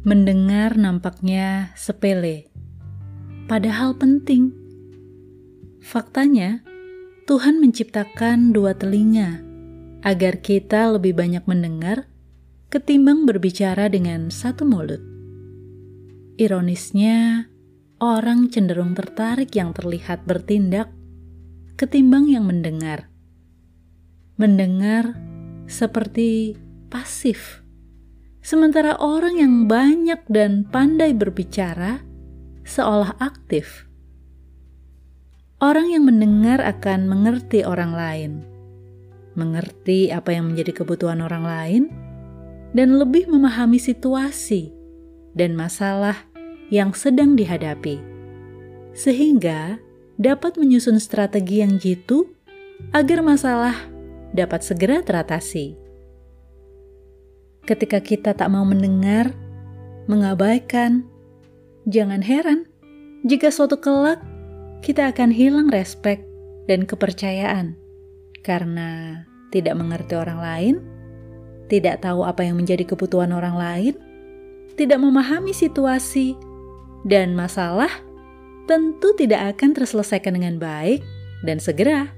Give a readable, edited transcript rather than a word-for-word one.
Mendengar nampaknya sepele, padahal penting. Faktanya, Tuhan menciptakan dua telinga agar kita lebih banyak mendengar ketimbang berbicara dengan satu mulut. Ironisnya, orang cenderung tertarik yang terlihat bertindak ketimbang yang mendengar. Mendengar seperti pasif. Sementara orang yang banyak dan pandai berbicara seolah aktif. Orang yang mendengar akan mengerti orang lain, mengerti apa yang menjadi kebutuhan orang lain, dan lebih memahami situasi dan masalah yang sedang dihadapi, sehingga dapat menyusun strategi yang jitu agar masalah dapat segera teratasi. Ketika kita tak mau mendengar, mengabaikan, jangan heran jika suatu kelak kita akan hilang respek dan kepercayaan karena tidak mengerti orang lain, tidak tahu apa yang menjadi kebutuhan orang lain, tidak memahami situasi, dan masalah tentu tidak akan terselesaikan dengan baik dan segera.